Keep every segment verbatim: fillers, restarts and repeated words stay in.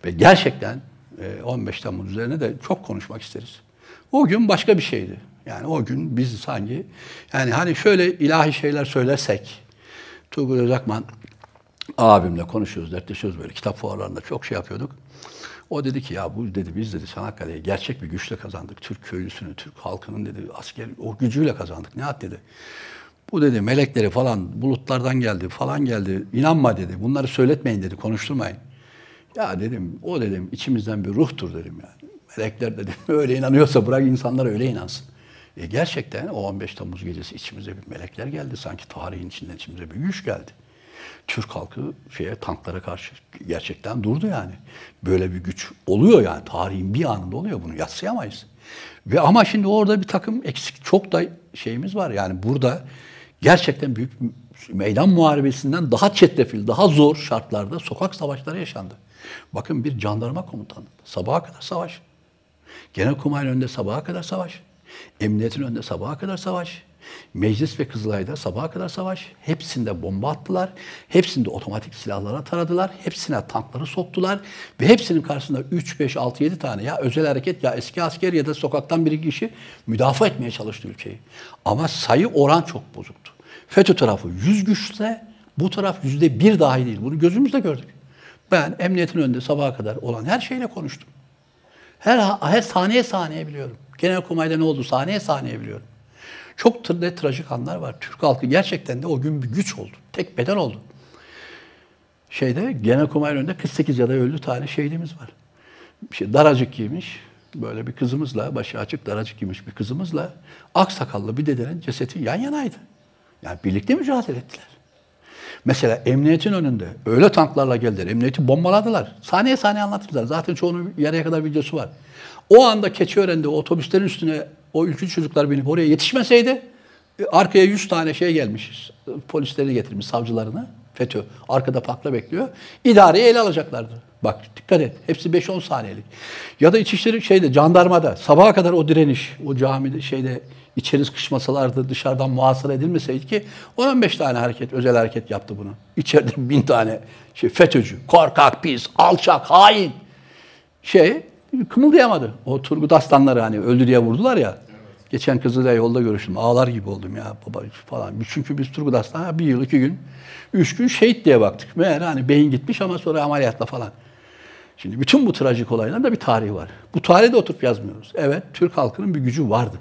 Ve gerçekten on beş Temmuz üzerine de çok konuşmak isteriz. O gün başka bir şeydi. Yani o gün biz sanki, yani hani şöyle ilahi şeyler söylersek, Turgut Özakman abimle konuşuyoruz, dertleşiyoruz böyle. Kitap fuarlarında çok şey yapıyorduk. O dedi ki ya bu dedi biz dedi Çanakkale'yi gerçek bir güçle kazandık. Türk köylüsünü, Türk halkının dedi asker o gücüyle kazandık. Nihat dedi. Bu dedi melekleri falan bulutlardan geldi falan geldi. İnanma dedi. Bunları söyletmeyin dedi. Konuşturmayın. Ya dedim o dedim içimizden bir ruhtur dedim yani. Melekler dedim öyle inanıyorsa bırak insanlar öyle inansın. E gerçekten o on beş Temmuz gecesi içimize bir melekler geldi. Sanki tarihin içinden içimize bir güç geldi. Türk halkı şeye tanklara karşı gerçekten durdu yani. Böyle bir güç oluyor yani. Tarihin bir anında oluyor. Bunu yadsıyamayız. Ve ama şimdi orada bir takım eksik çok da şeyimiz var. Yani burada gerçekten büyük meydan muharebesinden daha çetrefil, daha zor şartlarda sokak savaşları yaşandı. Bakın bir jandarma komutanı sabaha kadar savaş. Genelkurmay'ın önünde sabaha kadar savaş. Emniyetin önünde sabaha kadar savaş. Meclis ve Kızılay'da sabaha kadar savaş. Hepsinde bomba attılar. Hepsinde otomatik silahlara taradılar. Hepsine tankları soktular. Ve hepsinin karşısında üç, beş, altı, yedi tane ya özel hareket ya eski asker ya da sokaktan bir kişi müdafaa etmeye çalıştı ülkeyi. Ama sayı oran çok bozuktu. FETÖ tarafı yüz güçse bu taraf yüzde bir dahi değil. Bunu gözümüzle gördük. Ben emniyetin önünde sabaha kadar olan her şeyle konuştum. Her, her saniye saniye biliyorum. Genelkurmay'da ne oldu saniye saniye biliyorum. Çok tra trajik anlar var. Türk halkı gerçekten de o gün bir güç oldu. Tek beden oldu. Şeyde Genelkurmay'ın önünde kırk sekiz ya da öldü tane şehidimiz var. Bir şey, daracık giymiş. Böyle bir kızımızla, başı açık daracık giymiş bir kızımızla aksakallı bir dedenin cesedi yan yanaydı. Yani birlikte mücadele ettiler. Mesela emniyetin önünde öyle tanklarla geldiler. Emniyeti bombaladılar. Saniye saniye anlattılar. Zaten çoğunun yarıya kadar videosu var. O anda Keçiören'de o otobüslerin üstüne o ülkücü çocuklar binip oraya yetişmeseydi arkaya yüz tane şey gelmiş. Polisleri getirmiş savcılarını. FETÖ arkada pakla bekliyor. İdareyi ele alacaklardı. Bak dikkat et. Hepsi beş on saniyelik. Ya da İçişleri şeyde jandarmada sabaha kadar o direniş, o camide şeyde içeri sıkışmasalardı, dışarıdan muhasara edilmeseydi ki on on beş tane hareket, özel hareket yaptı bunu. İçeride bin tane şey FETÖ'cü, korkak, pis, alçak, hain şey kımıldayamadı. O Turgut Aslanları hani öldü diye vurdular ya. Evet. Geçen Kızılay'a yolda görüştüm. Ağlar gibi oldum ya baba falan. Çünkü biz Turgut Aslan'a bir yıl, iki gün, üç gün şehit diye baktık. Meğer hani beyin gitmiş ama sonra ameliyatla falan. Şimdi bütün bu trajik olayların da bir tarihi var. Bu tarihi de oturup yazmıyoruz. Evet, Türk halkının bir gücü vardı.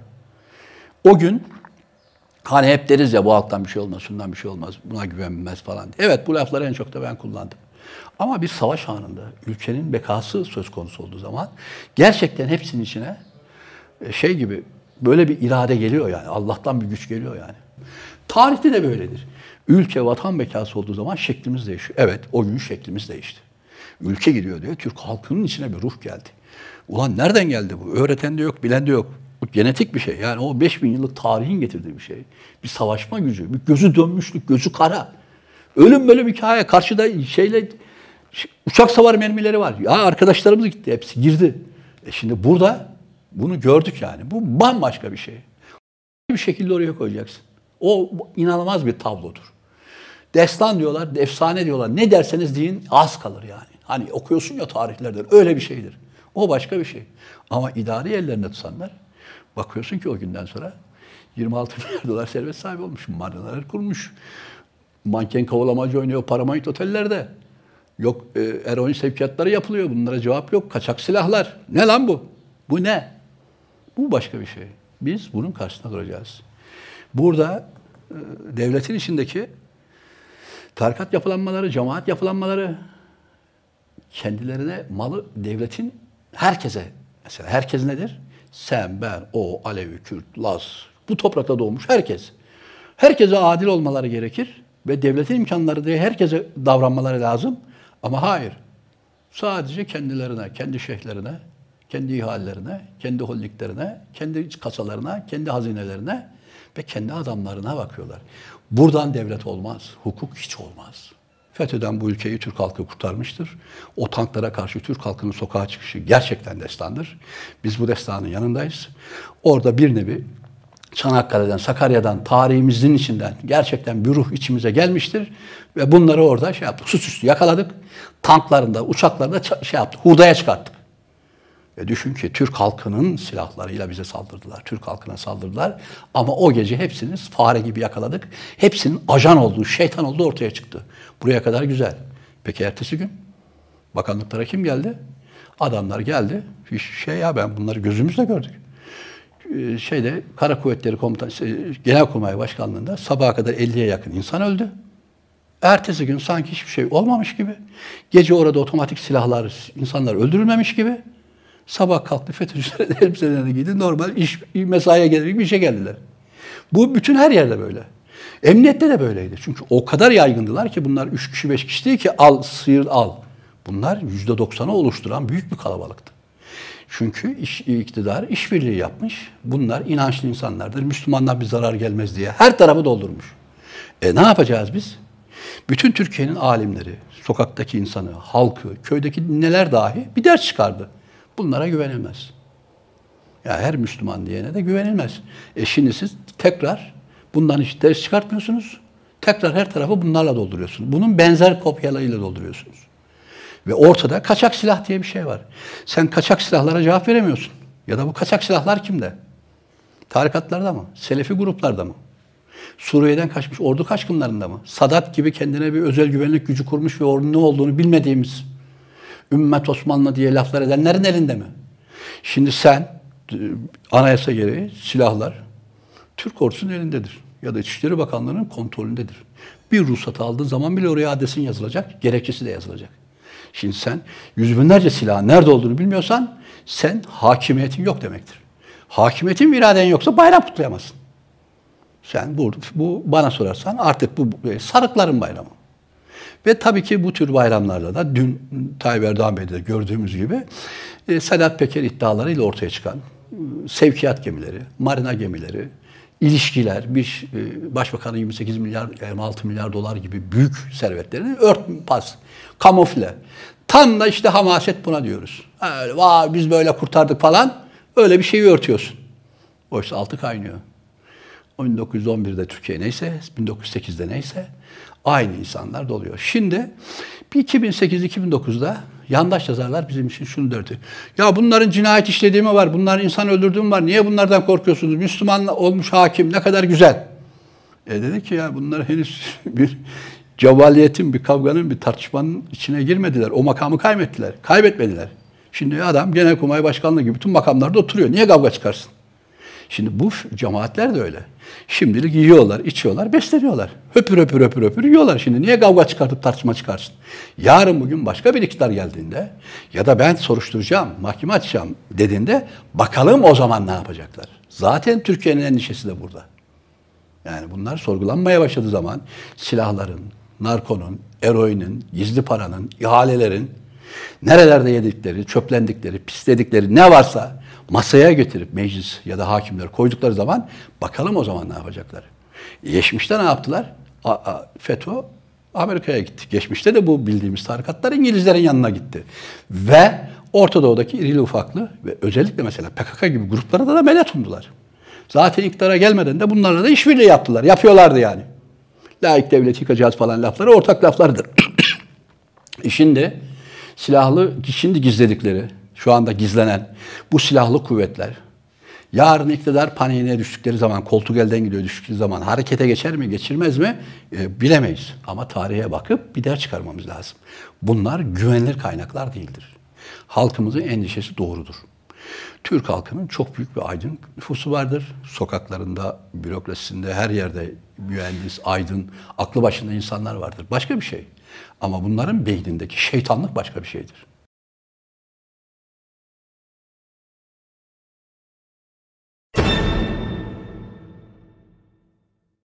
O gün hani hep deriz ya bu halktan bir şey olmaz, şundan bir şey olmaz, buna güvenmez falan diye. Evet bu lafları en çok da ben kullandım. Ama bir savaş anında ülkenin bekası söz konusu olduğu zaman gerçekten hepsinin içine şey gibi böyle bir irade geliyor yani. Allah'tan bir güç geliyor yani. Tarihte de böyledir. Ülke vatan bekası olduğu zaman şeklimiz değişiyor. Evet o gün şeklimiz değişti. Ülke gidiyor diyor. Türk halkının içine bir ruh geldi. Ulan nereden geldi bu? Öğreten de yok, bilen de yok. Bu genetik bir şey. Yani o beş bin yıllık tarihin getirdiği bir şey. Bir savaşma gücü, bir gözü dönmüşlük, gözü kara. Ölüm bölüm hikaye. Karşıda şeyle uçak savar mermileri var. Ya arkadaşlarımız gitti, hepsi girdi. E şimdi burada bunu gördük yani. Bu bambaşka bir şey. Bir şekilde oraya koyacaksın. O inanılmaz bir tablodur. Destan diyorlar, efsane diyorlar. Ne derseniz deyin az kalır yani. Hani okuyorsun ya tarihlerden öyle bir şeydir. O başka bir şey. Ama idari ellerinde tutanlar bakıyorsun ki o günden sonra yirmi altı milyar dolar servet sahibi olmuş. Marinalar kurmuş. Manken kovalamacı oynuyor Paramount otellerde. Yok e, eroin sevkiyatları yapılıyor. Bunlara cevap yok. Kaçak silahlar. Ne lan bu? Bu ne? Bu başka bir şey. Biz bunun karşısında duracağız. Burada e, devletin içindeki tarikat yapılanmaları, cemaat yapılanmaları kendilerine malı devletin herkese, mesela herkes nedir? Sen, ben, o, Alevi, Kürt, Laz, bu toprakta doğmuş herkes. Herkese adil olmaları gerekir ve devletin imkanları diye herkese davranmaları lazım. Ama hayır, sadece kendilerine, kendi şeyhlerine, kendi ihalelerine, kendi holdinglerine, kendi kasalarına, kendi hazinelerine ve kendi adamlarına bakıyorlar. Buradan devlet olmaz, hukuk hiç olmaz. FETÖ'den bu ülkeyi Türk halkı kurtarmıştır. O tanklara karşı Türk halkının sokağa çıkışı gerçekten destandır. Biz bu destanın yanındayız. Orada bir nevi Çanakkale'den, Sakarya'dan, tarihimizin içinden gerçekten bir ruh içimize gelmiştir. Ve bunları orada şey yaptık, suçüstü yakaladık. Tanklarında, uçaklarında şey yaptık, hurdaya çıkarttık. Ve düşün ki Türk halkının silahlarıyla bize saldırdılar. Türk halkına saldırdılar. Ama o gece hepsini fare gibi yakaladık. Hepsinin ajan olduğu, şeytan olduğu ortaya çıktı. Buraya kadar güzel. Peki ertesi gün bakanlıklara kim geldi? Adamlar geldi. Şey ya ben bunları gözümüzle gördük. Şeyde Kara Kuvvetleri Komutanı, Genelkurmay Başkanlığı'nda sabaha kadar elliye yakın insan öldü. Ertesi gün sanki hiçbir şey olmamış gibi, gece orada otomatik silahlar, insanlar öldürülmemiş gibi, sabah kalktı FETÖ'cüler elbiselerini giydi, normal iş, mesaiye gelir gibi işe geldiler. Bu bütün her yerde böyle. Emniyette de böyleydi. Çünkü o kadar yaygındılar ki bunlar üç kişi, beş kişi değil ki al, sıyır, al. Bunlar yüzde doksanı oluşturan büyük bir kalabalıktı. Çünkü iş, iktidar işbirliği yapmış. Bunlar inançlı insanlardır. Müslümandan bir zarar gelmez diye her tarafı doldurmuş. E ne yapacağız biz? Bütün Türkiye'nin alimleri, sokaktaki insanı, halkı, köydeki neler dahi bir ders çıkardı. Bunlara güvenilmez. Ya her Müslüman diyene de güvenilmez. E şimdi siz tekrar bundan hiç ders çıkartmıyorsunuz. Tekrar her tarafı bunlarla dolduruyorsunuz. Bunun benzer kopyalarıyla dolduruyorsunuz. Ve ortada kaçak silah diye bir şey var. Sen kaçak silahlara cevap veremiyorsun. Ya da bu kaçak silahlar kimde? Tarikatlarda mı? Selefi gruplarda mı? Suriye'den kaçmış ordu kaçkınlarında mı? Sadat gibi kendine bir özel güvenlik gücü kurmuş ve onun ne olduğunu bilmediğimiz ümmet Osmanlı diye laflar edenlerin elinde mi? Şimdi sen anayasa gereği silahlar Türk ordusunun elindedir. Ya da İçişleri Bakanlığı'nın kontrolündedir. Bir ruhsatı aldığın zaman bile oraya adresin yazılacak, gerekçesi de yazılacak. Şimdi sen yüz binlerce silahın nerede olduğunu bilmiyorsan sen hakimiyetin yok demektir. Hakimiyetin bir iraden yoksa bayram kutlayamazsın. Sen bu, bu bana sorarsan artık bu sarıkların bayramı. Ve tabii ki bu tür bayramlarda da dün Tayyip Erdoğan Bey'de gördüğümüz gibi e, Sedat Peker iddialarıyla ortaya çıkan e, sevkiyat gemileri, marina gemileri, ilişkiler, bir e, başbakanın yirmi sekiz milyar, yirmi altı milyar dolar gibi büyük servetlerini örtbas, kamufle. Tam da işte hamaset buna diyoruz. Öyle, vay biz böyle kurtardık falan, öyle bir şeyi örtüyorsun. Oysa altı kaynıyor. bin dokuz yüz on birde Türkiye neyse, bin dokuz yüz sekizde neyse aynı insanlar doluyor. Şimdi iki bin sekiz iki bin dokuzda yandaş yazarlar bizim için şunu derdi. Ya bunların cinayet işlediği mi var, bunların insan öldürdüğü mü var, niye bunlardan korkuyorsunuz? Müslüman olmuş hakim ne kadar güzel. E dedi ki ya bunlar henüz bir cevaliyetin, bir kavganın, bir tartışmanın içine girmediler. O makamı kaybettiler, kaybetmediler. Şimdi adam Genelkurmay Başkanlığı gibi bütün makamlarda oturuyor. Niye kavga çıkarsın? Şimdi bu cemaatler de öyle. Şimdilik yiyorlar, içiyorlar, besleniyorlar. Höpür höpür höpür höpür yiyorlar. Şimdi niye kavga çıkartıp tartışma çıkarsın? Yarın bugün başka bir iktidar geldiğinde ya da ben soruşturacağım, mahkeme açacağım dediğinde bakalım o zaman ne yapacaklar? Zaten Türkiye'nin endişesi de burada. Yani bunlar sorgulanmaya başladığı zaman silahların, narkonun, eroinin, gizli paranın, ihalelerin nerelerde yedikleri, çöplendikleri, pisledikleri ne varsa masaya getirip meclis ya da hakimler koydukları zaman bakalım o zaman ne yapacaklar. Geçmişte ne yaptılar? A, a, FETÖ Amerika'ya gitti. Geçmişte de bu bildiğimiz tarikatlar İngilizlerin yanına gitti. Ve Orta Doğu'daki irili ufaklı ve özellikle mesela P K K gibi gruplara da, da medet umdular. Zaten iktidara gelmeden de bunlarla da işbirliği yaptılar. Yapıyorlardı yani. Laik devlet yıkacağız falan lafları ortak laflardır. Şimdi silahlı, şimdi gizledikleri, şu anda gizlenen bu silahlı kuvvetler yarın iktidar paniğine düştükleri zaman, koltuk elden gidiyor düştükleri zaman harekete geçer mi, geçirmez mi e, bilemeyiz. Ama tarihe bakıp bir ders çıkarmamız lazım. Bunlar güvenilir kaynaklar değildir. Halkımızın endişesi doğrudur. Türk halkının çok büyük bir aydın nüfusu vardır. Sokaklarında, bürokrasisinde, her yerde mühendis, aydın, aklı başında insanlar vardır. Başka bir şey. Ama bunların beynindeki şeytanlık başka bir şeydir.